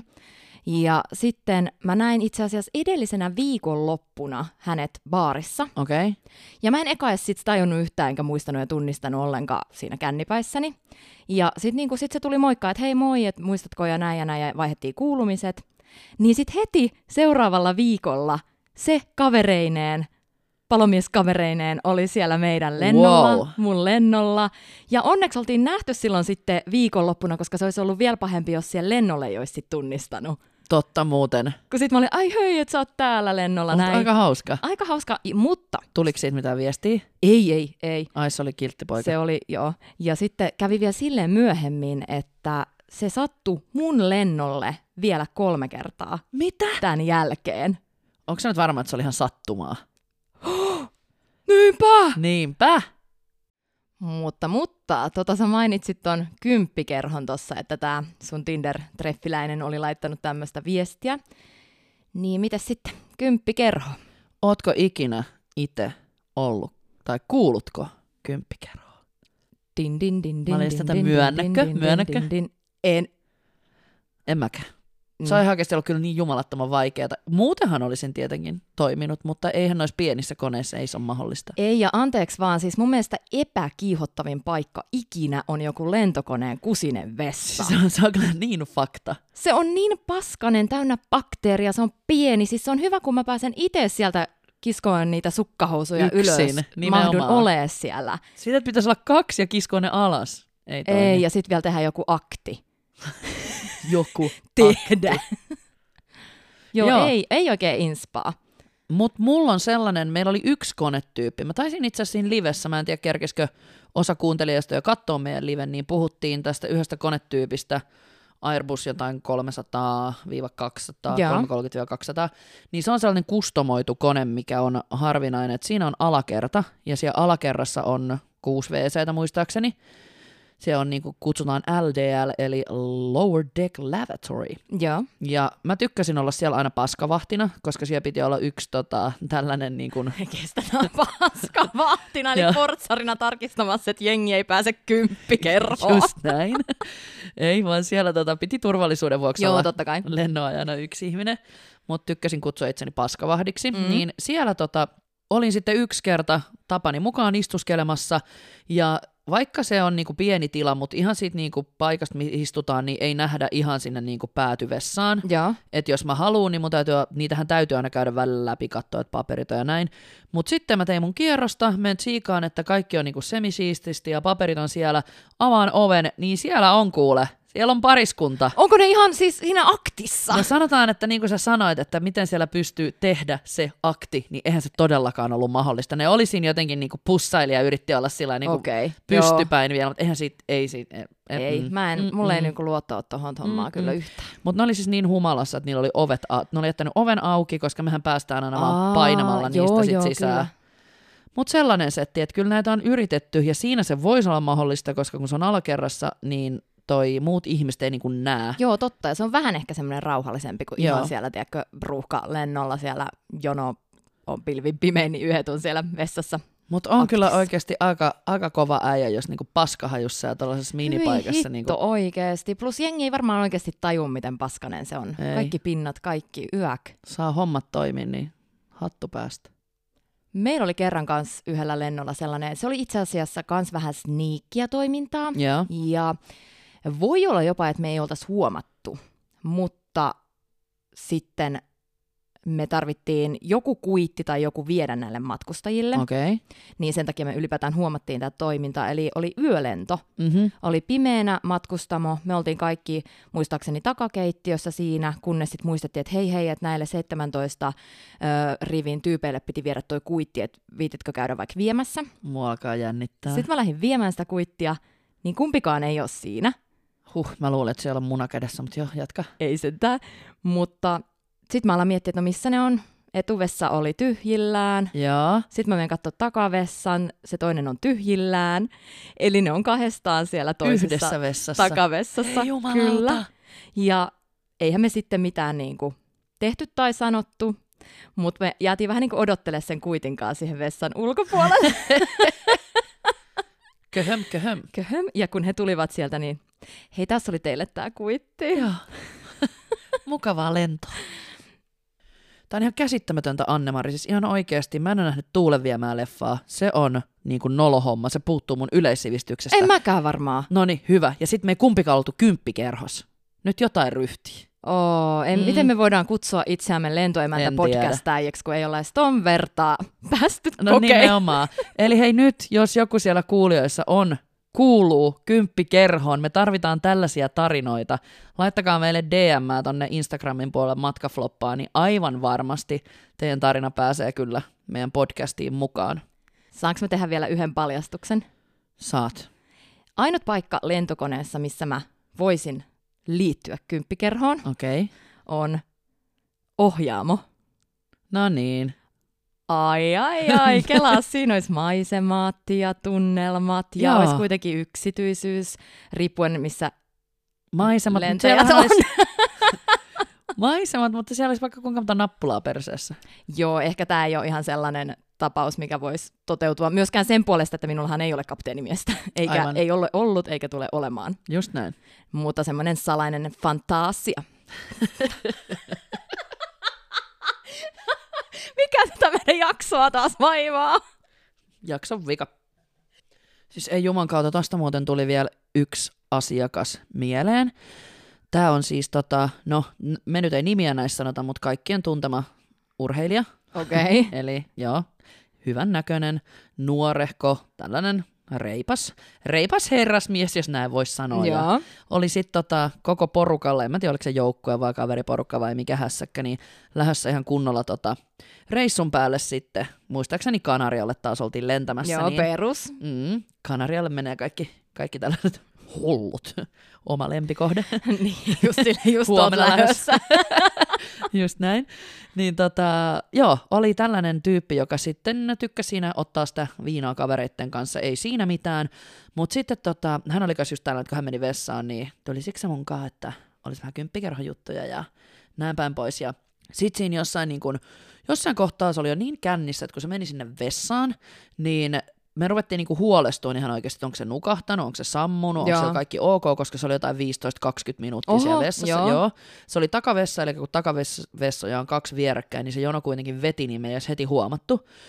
Speaker 1: Ja sitten mä näin itse asiassa edellisenä viikonloppuna hänet baarissa.
Speaker 2: Okei. Okay.
Speaker 1: Ja mä en eka edes sit tajunnut yhtään, enkä muistanut ja tunnistanut ollenkaan siinä kännipäissäni. Ja sitten niinku, sit se tuli moikkaa, että hei moi, että muistatko ja näin ja näin, ja vaihdettiin kuulumiset. Niin sitten heti seuraavalla viikolla se kavereineen, palomieskavereineen oli siellä meidän lennolla,
Speaker 2: wow.
Speaker 1: mun lennolla. Ja onneksi oltiin nähty silloin sitten viikonloppuna, koska se olisi ollut vielä pahempi, jos siellä lennolle ei olisi sit tunnistanut.
Speaker 2: Totta muuten.
Speaker 1: Kun sit mä olin, ai hei, että sä oot täällä lennolla.
Speaker 2: Olet
Speaker 1: näin.
Speaker 2: aika hauska.
Speaker 1: Aika hauska, mutta...
Speaker 2: Tuliko siitä mitään viestiä?
Speaker 1: Ei, ei, ei.
Speaker 2: Ai, se oli kiltti poika.
Speaker 1: Se oli, joo. Ja sitten kävi vielä silleen myöhemmin, että se sattui mun lennolle vielä kolme kertaa.
Speaker 2: Mitä?
Speaker 1: Tämän jälkeen.
Speaker 2: Onko sä nyt varma, että se oli ihan sattumaa?
Speaker 1: Niinpä!
Speaker 2: Niinpä!
Speaker 1: Mutta, mutta, tota sä mainitsit ton kymppikerhon tossa, että tää sun Tinder-treffiläinen oli laittanut tämmöistä viestiä. Niin mitäs sitten, kymppikerho?
Speaker 2: Ootko ikinä itse ollut, tai kuulutko kymppikerhoa?
Speaker 1: Din, din, din, din,
Speaker 2: Mä olin
Speaker 1: din,
Speaker 2: tätä
Speaker 1: din,
Speaker 2: myönnäkö?
Speaker 1: din, din,
Speaker 2: Myönnäkö?
Speaker 1: din, din. En.
Speaker 2: En mäkään. Se on ihan oikeasti ollut kyllä niin jumalattoman vaikeaa. Muutenhan olisin tietenkin toiminut, mutta eihän noissa pienissä koneissa ei se ole mahdollista.
Speaker 1: Ei, ja anteeksi vaan, siis mun mielestä epäkiihottavin paikka ikinä on joku lentokoneen kusinen vessa.
Speaker 2: Se on, se on kyllä niin fakta.
Speaker 1: Se on niin paskanen, täynnä bakteeria, se on pieni. Siis se on hyvä, kun mä pääsen itse sieltä kiskoon niitä sukkahousuja
Speaker 2: Yksin,
Speaker 1: ylös.
Speaker 2: nimenomaan.
Speaker 1: Mahdun olee siellä.
Speaker 2: Siitä pitäisi olla kaksi ja kiskoa ne alas. Ei, toimi.
Speaker 1: Ei, ja sitten vielä tehdä joku akti.
Speaker 2: Joku
Speaker 1: Tehdä. Joo,
Speaker 2: Joo.
Speaker 1: Ei, ei oikein inspaa.
Speaker 2: Mutta mulla on sellainen, meillä oli yksi konetyyppi. Mä taisin itse asiassa siinä livessä, mä en tiedä kerkesikö osa kuuntelijoista jo katsoa meidän liven, niin puhuttiin tästä yhdestä konetyypistä, Airbus jotain kolmesataa kaksisataa,
Speaker 1: Joo.
Speaker 2: kolmesataakolmekymmentä kaksisataa, niin se on sellainen kustomoitu kone, mikä on harvinainen, että siinä on alakerta, ja siellä alakerrassa on kuusi WCtä muistaakseni. Se on niin kuin kutsutaan L D L, eli Lower Deck Lavatory.
Speaker 1: Joo.
Speaker 2: Ja mä tykkäsin olla siellä aina paskavahtina, koska siellä piti olla yksi tota, tällainen niin kuin...
Speaker 1: Kestänään paska vahtina, eli
Speaker 2: Joo.
Speaker 1: portsarina tarkistamassa, että jengi ei pääse kymppikerhoon.
Speaker 2: Just näin. Ei, vaan siellä tota, piti turvallisuuden vuoksi
Speaker 1: Joo,
Speaker 2: olla
Speaker 1: totta kai.
Speaker 2: lennoajana yksi ihminen, mutta tykkäsin kutsua itseni paskavahdiksi.
Speaker 1: Mm.
Speaker 2: Niin siellä tota, olin sitten yksi kerta tapani mukaan istuskelemassa, ja vaikka se on niinku pieni tila, mutta ihan siitä niinku paikasta, mihin istutaan, niin ei nähdä ihan sinne niinku päätyvessaan. Että jos mä haluun, niin mun täytyy, niitähän täytyy aina käydä välillä läpi, katsoa, että paperit on ja näin. Mutta sitten mä tein mun kierrosta, menen tsiikaan, että kaikki on niinku semisiististi ja paperit on siellä. Avaan oven, niin siellä on kuule. Siellä on pariskunta.
Speaker 1: Onko ne ihan siis siinä aktissa?
Speaker 2: No sanotaan, että niin kuin sä sanoit, että miten siellä pystyy tehdä se akti, niin eihän se todellakaan ollut mahdollista. Ne oli siinä jotenkin niin kuin pussaili ja yritti olla sillä niin kuin okay, pystypäin joo. vielä, mutta eihän siitä, ei siitä.
Speaker 1: Ei, ei. Mä en, mm, mulla mm, ei niin luottaa tuohon hommaan mm, kyllä
Speaker 2: mm.
Speaker 1: yhtään.
Speaker 2: Mutta ne oli siis niin humalassa, että niillä oli ovet, ne oli jättänyt oven auki, koska mehän päästään aina Aa, vaan painamalla joo, niistä sit joo, sisään. Mutta sellainen setti, että kyllä näitä on yritetty ja siinä se voisi olla mahdollista, koska kun se on alakerrassa, niin toi muut ihmiset ei niinku näe.
Speaker 1: Joo, totta. Ja se on vähän ehkä semmoinen rauhallisempi kuin Joo. ihan siellä, tiedätkö, ruuhkalennolla siellä jono on pilvin pimein, niin yhdet on siellä vessassa.
Speaker 2: Mutta on aktis. Kyllä oikeasti aika, aika kova äijä, jos niinku paskahajussa ja tuollaisessa minipaikassa.
Speaker 1: Hitto
Speaker 2: niinku...
Speaker 1: oikeasti. Plus jengi ei varmaan oikeasti tajua, miten paskanen se on. Ei. Kaikki pinnat, kaikki yök.
Speaker 2: Saa hommat toimia, niin hattu päästä.
Speaker 1: Meillä oli kerran kanssa yhdellä lennolla sellainen, se oli itse asiassa kans vähän sniikkiä toimintaa.
Speaker 2: Yeah.
Speaker 1: Ja voi olla jopa, että me ei oltaisi huomattu, mutta sitten me tarvittiin joku kuitti tai joku viedä näille matkustajille.
Speaker 2: Okay.
Speaker 1: Niin sen takia me ylipäätään huomattiin tätä toimintaa. Eli oli yölento,
Speaker 2: mm-hmm.
Speaker 1: oli pimeänä matkustamo. Me oltiin kaikki muistaakseni takakeittiössä siinä, kunnes sitten muistettiin, että hei hei, että näille seitsemäntoista ö, rivin tyypeille piti viedä toi kuitti, että viititkö käydä vaikka viemässä.
Speaker 2: Mua alkaa jännittää.
Speaker 1: Sitten mä lähdin viemään sitä kuittia, niin kumpikaan ei ole siinä.
Speaker 2: Huh, mä luulen, että siellä on muna kädessä, mutta joo, jatka.
Speaker 1: Ei sentään, mutta sitten mä alan miettiä, että no missä ne on. Etuvessa oli tyhjillään.
Speaker 2: Joo.
Speaker 1: Sitten mä menen katsoa takavessan, se toinen on tyhjillään. Eli ne on kahdestaan siellä toisessa
Speaker 2: yhdessä vessassa.
Speaker 1: Takavessassa.
Speaker 2: Ei jumalauta.
Speaker 1: Kyllä. Ja eihän me sitten mitään niinku tehty tai sanottu, mutta me jäätiin vähän niin kuin odottelemaan sen kuitinkaan siihen vessan ulkopuolelle.
Speaker 2: Köhöm, köhöm.
Speaker 1: Köhöm. Ja kun he tulivat sieltä, niin hei, tässä oli teille tämä kuitti.
Speaker 2: Joo. Mukavaa lentoa. Tämä on ihan käsittämätöntä, Anne-Mari. Siis ihan oikeasti, mä en ole nähnyt Tuulen viemää leffaa. Se on niin kuin nolohomma, se puuttuu mun yleissivistyksestä.
Speaker 1: En mäkään varmaan.
Speaker 2: Noniin, hyvä. Ja sitten me ei kumpikaan oltu kymppikerhos. Nyt jotain ryhtiä.
Speaker 1: Oo, en, mm. Miten me voidaan kutsua itseämme lentoemäntä podcastaajiksi, kun ei olla edes ton vertaa päästy
Speaker 2: No
Speaker 1: kokeilemaan.
Speaker 2: Nimenomaan. Eli hei nyt, jos joku siellä kuulijoissa on, kuuluu kymppikerhoon, me tarvitaan tällaisia tarinoita. Laittakaa meille D M:ää tonne Instagramin puolelle matkafloppaa, niin aivan varmasti teidän tarina pääsee kyllä meidän podcastiin mukaan.
Speaker 1: Saanko mä tehdä vielä yhden paljastuksen?
Speaker 2: Saat.
Speaker 1: Ainut paikka lentokoneessa, missä mä voisin liittyä kymppikerhoon,
Speaker 2: okay.
Speaker 1: on ohjaamo.
Speaker 2: No niin.
Speaker 1: Ai, ai, ai, kelaa, siinä olisi maisemat ja tunnelmat ja
Speaker 2: Joo.
Speaker 1: olisi kuitenkin yksityisyys, riippuen missä
Speaker 2: maisemat,
Speaker 1: lentäjät on.
Speaker 2: Olisi... maisemat, mutta siellä olisi vaikka kuinka monta nappulaa perseessä.
Speaker 1: Joo, ehkä tämä ei ole ihan sellainen tapaus, mikä voisi toteutua myöskään sen puolesta, että minullahan ei ole kapteenimiestä, eikä Aivan. ei ole ollut eikä tule olemaan.
Speaker 2: Just näin.
Speaker 1: Mutta semmoinen salainen fantasia. Mikä tätä meidän jaksoa taas vaivaa?
Speaker 2: Jakson vika. Siis ei juman kautta, tosta muuten tuli vielä yksi asiakas mieleen. Tää on siis tota, no me nyt ei nimiä näissä sanota, mutta kaikkien tuntema urheilija.
Speaker 1: Okei. Okay.
Speaker 2: Eli joo, hyvän näköinen, nuorehko, tällainen reipas, reipas herrasmies, jos näin voisi sanoa. Ja oli sitten tota, koko porukalle, en mä tiedä oliko se joukkue vai kaveriporukka vai mikä hässäkkä, niin lähdössä ihan kunnolla tota, reissun päälle sitten. Muistaakseni Kanarialle taas oltiin lentämässä.
Speaker 1: Joo,
Speaker 2: niin,
Speaker 1: perus.
Speaker 2: Mm, Kanarialle menee kaikki, kaikki tällaiset hullut. Oma lempikohde.
Speaker 1: Niin, just, just oot lähdössä.
Speaker 2: Just näin. Niin tota, joo, oli tällainen tyyppi, joka sitten tykkäsi siinä ottaa sitä viinaa kavereitten kanssa, ei siinä mitään. Mutta sitten tota, hän oli kanssa just tällainen, että kun hän meni vessaan, niin tuli siksi munkaan, että olisi vähän kymppikerhojuttuja ja näin päin pois. Ja sitten siinä jossain, niin kun, jossain kohtaa se oli jo niin kännissä, että kun se meni sinne vessaan, niin me ruvettiin niinku huolestumaan ihan oikeasti, onko se nukahtanut, onko se sammunut, onko se kaikki ok, koska se oli jotain viisitoista kaksikymmentä minuuttia Oho, siellä vessassa. Joo. Joo. Se oli takavessa, eli kun takavessoja on kaksi vierekkäin, niin se jono kuitenkin veti, niin me ei edes heti huomattu.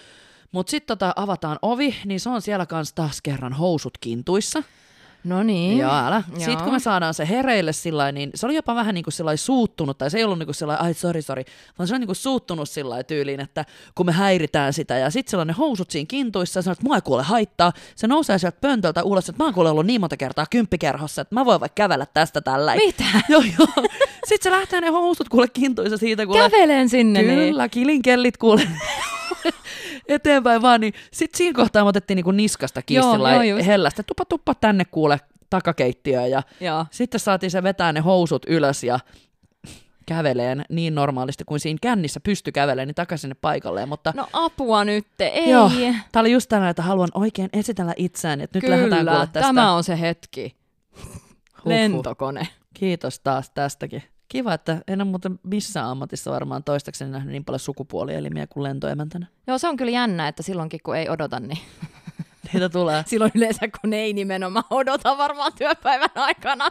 Speaker 2: Mutta sitten tota, avataan ovi, niin se on siellä kanssa taas kerran housut kintuissa.
Speaker 1: No niin.
Speaker 2: Joo, älä. Sitten kun me saadaan se hereille sillä niin se oli jopa vähän niin kuin sillai suuttunut, tai se ei ollut niin kuin sillai, ai sori, sori, vaan se oli niin kuin suuttunut sillä tyyliin, että kun me häiritään sitä, ja sitten sillä on ne housut siinä kintuissa, ja sanoo, että mua ei kuule haittaa, se nousee sieltä pöntöltä ulos, että mä oon kuule ollut niin monta kertaa kymppikerhossa, että mä voin vaikka kävellä tästä tällä.
Speaker 1: Mitä?
Speaker 2: Joo, joo. Sitten se lähtee ne housut kuule kintuissa siitä, kuule.
Speaker 1: Kävelen sinne.
Speaker 2: Kyllä, niin. Kilinkellit kuule. Eteenpäin vaan, niin sitten siinä kohtaa me otettiin niinku niskasta kiinni hellästä, tuppa tuppa tänne kuule takakeittiöön, ja joo. Sitten saatiin se vetää ne housut ylös ja käveleen niin normaalisti kuin siinä kännissä pysty kävelemään, niin takaisin sinne paikalleen. Mutta
Speaker 1: no apua nyt, ei.
Speaker 2: Joo, tää oli just tällainen, että haluan oikein esitellä itseäni, että nyt
Speaker 1: Kyllä,
Speaker 2: lähdetään kuule tästä.
Speaker 1: Tämä on se hetki. Huhhuh. Lentokone.
Speaker 2: Kiitos taas tästäkin. Kiva, että en ole muuten missään ammatissa varmaan toistaiseksi nähnyt niin paljon sukupuolielimiä kuin lentoemäntänä.
Speaker 1: Joo, se on kyllä jännä, että silloinkin kun ei odota, niin
Speaker 2: niitä tulee.
Speaker 1: Silloin yleensä kun ei nimenomaan odota varmaan työpäivän aikana.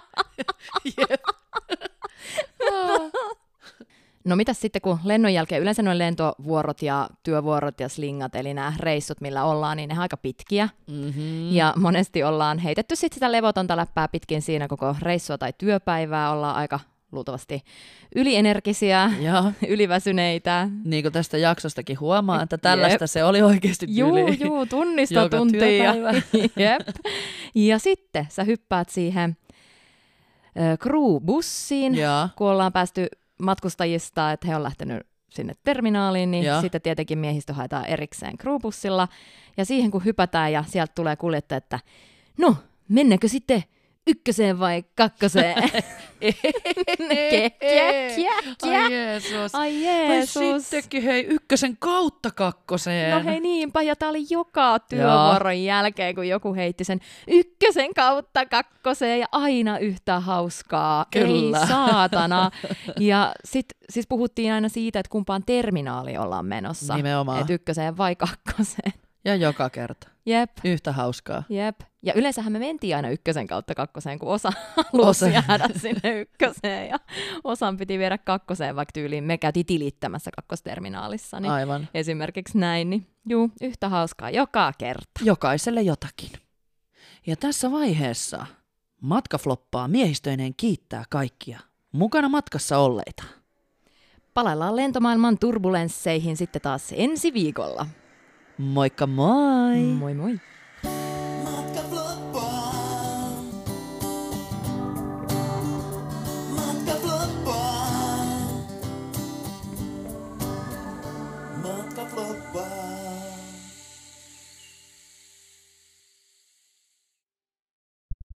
Speaker 1: No mitäs sitten, kun lennon jälkeen yleensä noin lentovuorot ja työvuorot ja slingat, eli nämä reissut, millä ollaan, niin ne on aika pitkiä. Mm-hmm. Ja monesti ollaan heitetty sitten sitä levotonta läppää pitkin siinä koko reissua tai työpäivää, ollaan aika luultavasti ylienergisiä, yliväsyneitä.
Speaker 2: Niin kuin tästä jaksostakin huomaa, että tällaista Jep. se oli oikeasti tyyli.
Speaker 1: Juu, juu, tunnista tuntia. Jep. Ja sitten sä hyppäät siihen äh, crew-bussiin, ja. kun ollaan päästy matkustajista, että he on lähtenyt sinne terminaaliin, niin ja. sitten tietenkin miehistö haetaan erikseen crew-bussilla. Ja siihen kun hypätään ja sieltä tulee kuljettaja, että no, mennäänkö sitten ykköseen vai kakkoseen?
Speaker 2: Ai Jeesus.
Speaker 1: Ai Jeesus.
Speaker 2: Vai sittenkin hei, ykkösen kautta kakkoseen.
Speaker 1: No hei niinpä, ja tää oli joka työvuoron jälkeen, kun joku heitti sen ykkösen kautta kakkoseen, ja aina yhtä hauskaa.
Speaker 2: Kyllä.
Speaker 1: Ei saatana. Ja sit siis puhuttiin aina siitä, että kumpaan terminaali ollaan menossa.
Speaker 2: Nimenomaan.
Speaker 1: Että ykköseen vai kakkoseen.
Speaker 2: Ja joka kerta.
Speaker 1: Jep.
Speaker 2: Yhtä hauskaa.
Speaker 1: Jep. Ja yleensähän me mentiin aina ykkösen kautta kakkoseen, kun osa halusi osa. jäädä sinne ykköseen ja osan piti viedä kakkoseen, vaikka tyyliin me käytiin tilittämässä kakkosterminaalissa. Niin
Speaker 2: aivan.
Speaker 1: Esimerkiksi näin, niin juu, yhtä hauskaa joka kerta.
Speaker 2: Jokaiselle jotakin. Ja tässä vaiheessa Matkafloppaa miehistöineen kiittää kaikkia mukana matkassa olleita.
Speaker 1: Palaillaan lentomaailman turbulensseihin sitten taas ensi viikolla.
Speaker 2: Moikka moi!
Speaker 1: Moi moi!
Speaker 3: Matkafloppaa. Matkafloppaa. Matkafloppaa.